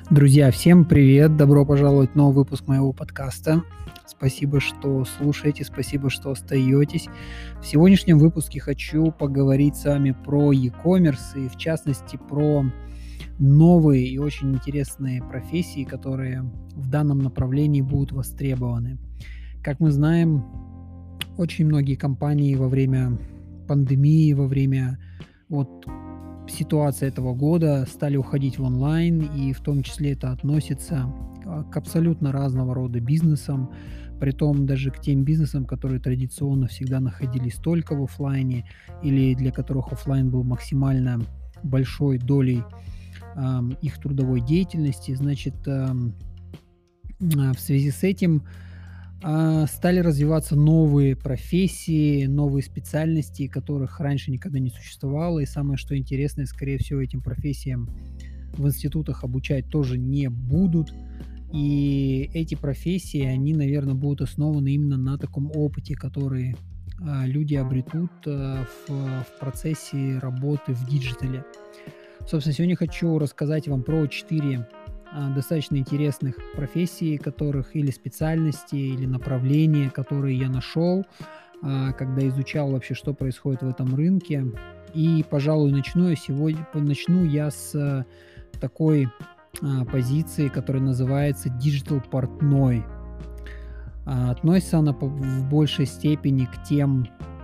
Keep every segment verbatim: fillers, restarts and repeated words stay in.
Друзья, всем привет! Добро пожаловать в новый выпуск моего подкаста. Спасибо, что слушаете, спасибо, что остаетесь. В сегодняшнем выпуске хочу поговорить с вами про e-commerce и, в частности, про новые и очень интересные профессии, которые в данном направлении будут востребованы. Как мы знаем, очень многие компании во время пандемии, во время вот ситуации этого года стали уходить в онлайн, и в том числе это относится к абсолютно разного рода бизнесам, притом даже к тем бизнесам, которые традиционно всегда находились только в оффлайне или для которых оффлайн был максимально большой долей э, их трудовой деятельности. Значит, э, в связи с этим а, стали развиваться новые профессии, новые специальности, которых раньше никогда не существовало. И самое что интересное, скорее всего, этим профессиям в институтах обучать тоже не будут. И эти профессии, они, наверное, будут основаны именно на таком опыте, который а, люди обретут а, в, в процессе работы в диджитале. Собственно, сегодня хочу рассказать вам про четыре достаточно интересных профессий, которых или специальностей, или направления, которые я нашел, когда изучал вообще, что происходит в этом рынке. И, пожалуй, начну я сегодня, начну я с такой позиции, которая называется диджитал-портной. Относится она в большей степени к тем,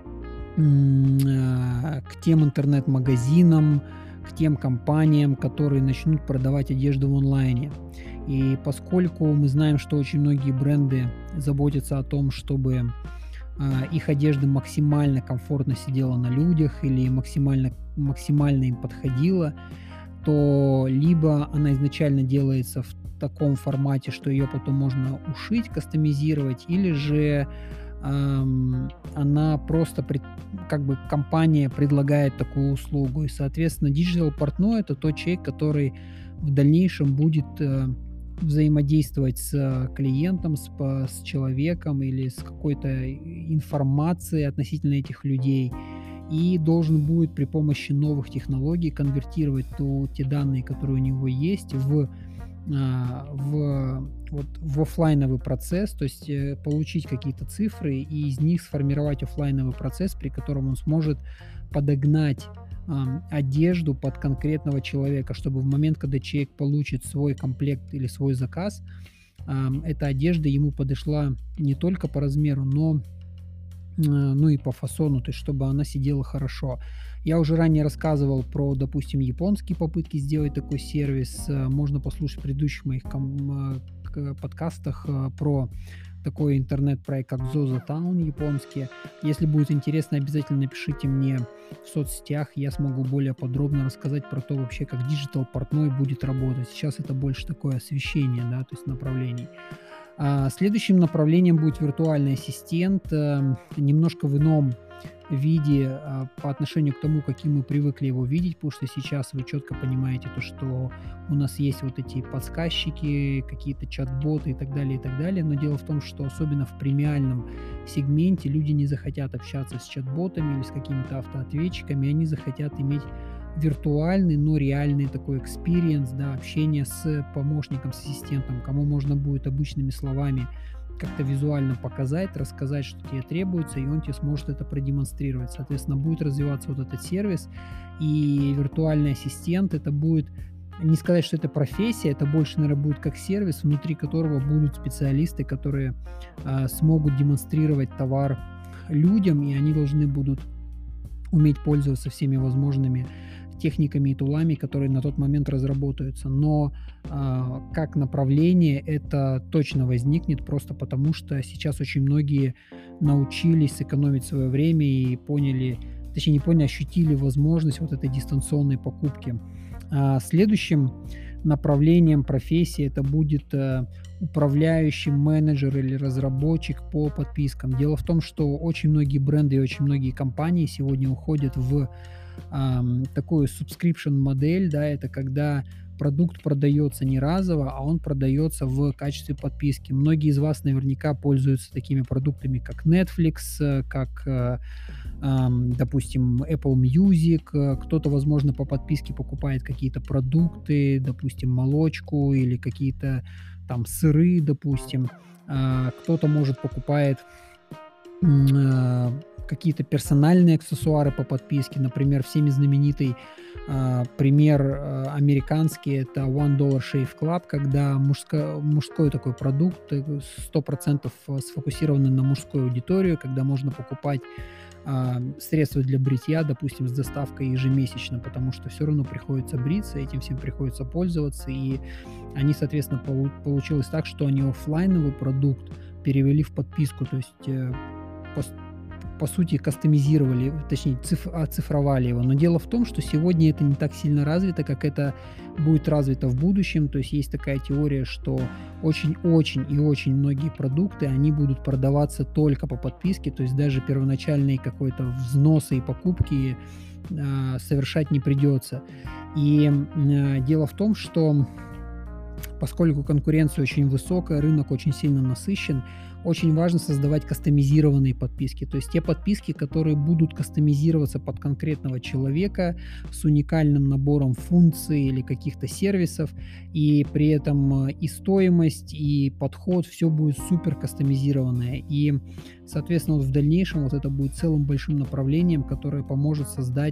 к тем интернет-магазинам, к тем компаниям, которые начнут продавать одежду в онлайне. И поскольку мы знаем, что очень многие бренды заботятся о том, чтобы а, их одежда максимально комфортно сидела на людях или максимально, максимально им подходила, то либо она изначально делается в таком формате, что ее потом можно ушить, кастомизировать, или же она просто, как бы компания предлагает такую услугу. И, соответственно, диджитал-портной – это тот человек, который в дальнейшем будет взаимодействовать с клиентом, с, с человеком или с какой-то информацией относительно этих людей и должен будет при помощи новых технологий конвертировать то, те данные, которые у него есть, в в, вот, в оффлайновый процесс, то есть э, получить какие-то цифры и из них сформировать оффлайновый процесс, при котором он сможет подогнать э, одежду под конкретного человека, чтобы в момент, когда человек получит свой комплект или свой заказ, э, эта одежда ему подошла не только по размеру, но ну и по фасону, то есть чтобы она сидела хорошо. Я уже ранее рассказывал про, допустим, японские попытки сделать такой сервис. Можно послушать в предыдущих моих ком- подкастах про такой интернет-проект, как ZOZOTOWN японский. Если будет интересно, обязательно напишите мне в соцсетях, я смогу более подробно рассказать про то вообще, как диджитал-портной будет работать. Сейчас это больше такое освещение, да, то есть направлений. А следующим направлением будет виртуальный ассистент, немножко в ином виде по отношению к тому, каким мы привыкли его видеть, потому что сейчас вы четко понимаете то, что у нас есть вот эти подсказчики, какие-то чат-боты и так далее, и так далее. Но дело в том, что особенно в премиальном сегменте люди не захотят общаться с чат-ботами или с какими-то автоответчиками, они захотят иметь виртуальный, но реальный такой экспириенс, да, общение с помощником, с ассистентом, кому можно будет обычными словами как-то визуально показать, рассказать, что тебе требуется, и он тебе сможет это продемонстрировать. Соответственно, будет развиваться вот этот сервис, и виртуальный ассистент, это будет, не сказать, что это профессия, это больше, наверное, будет как сервис, внутри которого будут специалисты, которые а, смогут демонстрировать товар людям, и они должны будут уметь пользоваться всеми возможными техниками и тулами, которые на тот момент разработаются. Но э, как направление это точно возникнет, просто потому что сейчас очень многие научились сэкономить свое время и поняли, точнее не поняли, ощутили возможность вот этой дистанционной покупки. А следующим направлением профессии это будет э, управляющий менеджер или разработчик по подпискам. Дело в том, что очень многие бренды и очень многие компании сегодня уходят в ам, такую subscription модель, да, это когда продукт продается не разово, а он продается в качестве подписки. Многие из вас наверняка пользуются такими продуктами, как Netflix, э, как, э, ам, допустим, Apple Music. э, Кто-то, возможно, по подписке покупает какие-то продукты, допустим, молочку или какие-то там сыры, допустим. А, Кто-то, может, покупает м, а, какие-то персональные аксессуары по подписке. Например, всеми знаменитый а, пример а, американский — это One Dollar Shave Club, когда мужско- мужской такой продукт, э, сто процентов сфокусированный на мужскую аудиторию, когда можно покупать а, средства для бритья, допустим, с доставкой ежемесячно, потому что все равно приходится бриться, этим всем приходится пользоваться, и они, соответственно, полу- получилось так, что они оффлайновый продукт перевели в подписку, то есть э, пос- по сути, кастомизировали, точнее, циф- оцифровали его. Но дело в том, что сегодня это не так сильно развито, как это будет развито в будущем. То есть есть такая теория, что очень-очень и очень многие продукты, они будут продаваться только по подписке, то есть даже первоначальные какой-то взносы и покупки а, совершать не придется. И м, дело в том, что поскольку конкуренция очень высокая, рынок очень сильно насыщен, очень важно создавать кастомизированные подписки. То есть те подписки, которые будут кастомизироваться под конкретного человека с уникальным набором функций или каких-то сервисов, и при этом э, и стоимость, и подход, все будет супер кастомизированное. И, соответственно, вот в дальнейшем вот это будет целым большим направлением, которое поможет создать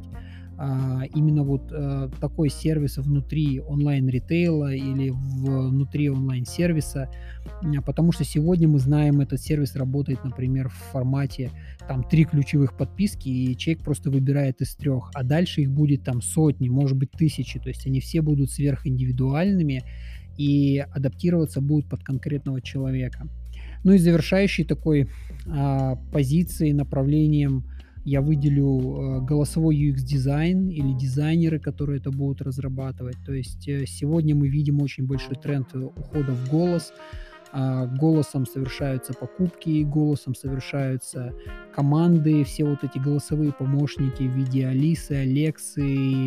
а, именно вот э, такой сервис внутри онлайн-ритейла или в- внутри онлайн-сервиса, М, потому что сегодня мы знаем, этот сервис работает, например, в формате там три ключевых подписки, и человек просто выбирает из трех, а дальше их будет там сотни, может быть, тысячи, то есть они все будут сверхиндивидуальными и адаптироваться будут под конкретного человека. Ну и завершающей такой а, позицией, направлением я выделю э, голосовой ю экс-дизайн или дизайнеры, которые это будут разрабатывать. То есть э, сегодня мы видим очень большой тренд э, ухода в голос. А, голосом совершаются покупки, голосом совершаются команды, все вот эти голосовые помощники в виде Алисы, Алексы,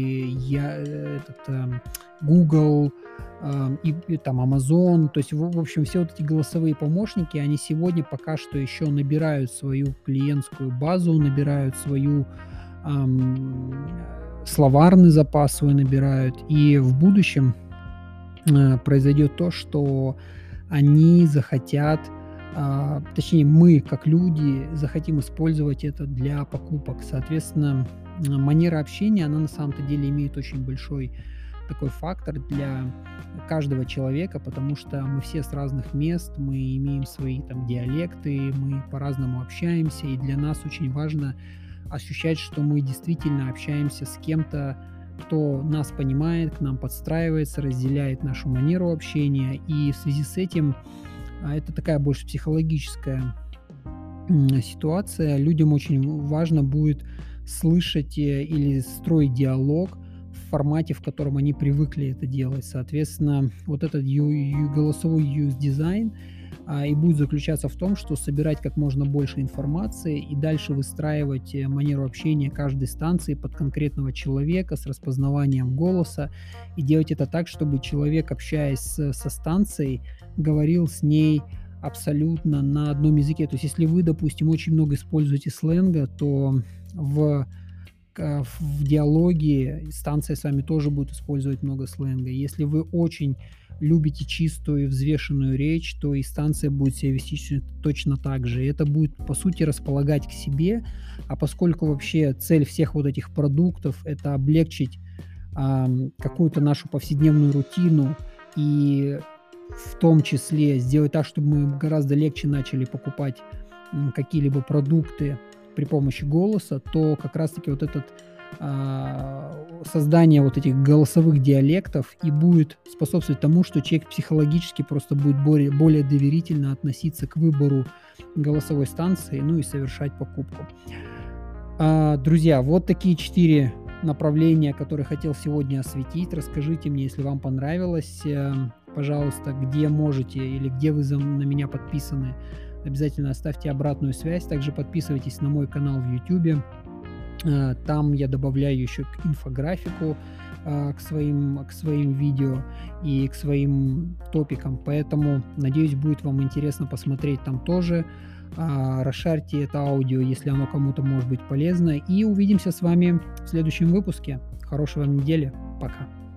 я, э, этот, эм, Google, ам, и, и там Amazon. То есть, в, в общем, все вот эти голосовые помощники, они сегодня пока что еще набирают свою клиентскую базу, набирают свою ам, словарный запас свой набирают, и в будущем э, произойдет то, что они захотят, а, точнее, мы, как люди, захотим использовать это для покупок. Соответственно, м, манера общения, она на самом-то деле имеет очень большой такой фактор для каждого человека, потому что мы все с разных мест, мы имеем свои там диалекты, мы по-разному общаемся, и для нас очень важно ощущать, что мы действительно общаемся с кем-то, кто нас понимает, к нам подстраивается, разделяет нашу манеру общения. И в связи с этим а, это такая больше психологическая м, ситуация. Людям очень важно будет слышать э, или строить диалог в формате, в котором они привыкли это делать. Соответственно, вот этот ю- ю- голосовой ю экс-дизайн а, и будет заключаться в том, что собирать как можно больше информации и дальше выстраивать э, манеру общения каждой станции под конкретного человека с распознаванием голоса и делать это так, чтобы человек, общаясь с- со станцией, говорил с ней абсолютно на одном языке. То есть если вы, допустим, очень много используете сленга, то в к в диалоге станция с вами тоже будет использовать много сленга. Если вы очень любите чистую и взвешенную речь, то и станция будет себя вести ч точно так же. И это будет, по сути, располагать к себе. А поскольку вообще цель всех вот этих продуктов — это облегчить, ам, какую-то нашу повседневную рутину и в том числе сделать так, чтобы мы гораздо легче начали покупать, м, какие-либо продукты при помощи голоса, то как раз-таки вот этот а, создание вот этих голосовых диалектов и будет способствовать тому, что человек психологически просто будет более, более доверительно относиться к выбору голосовой станции, ну и совершать покупку. А, друзья, вот такие четыре направления, которые хотел сегодня осветить. Расскажите мне, если вам понравилось, э, пожалуйста, где можете или где вы за- на меня подписаны. Обязательно оставьте обратную связь. Также подписывайтесь на мой канал в YouTube. Э, там я добавляю еще к инфографику, а, к своим к своим видео и к своим топикам. Поэтому, надеюсь, будет вам интересно посмотреть там тоже. А, расшарьте это аудио, если оно кому-то может быть полезно. И увидимся с вами в следующем выпуске. Хорошей вам недели. Пока.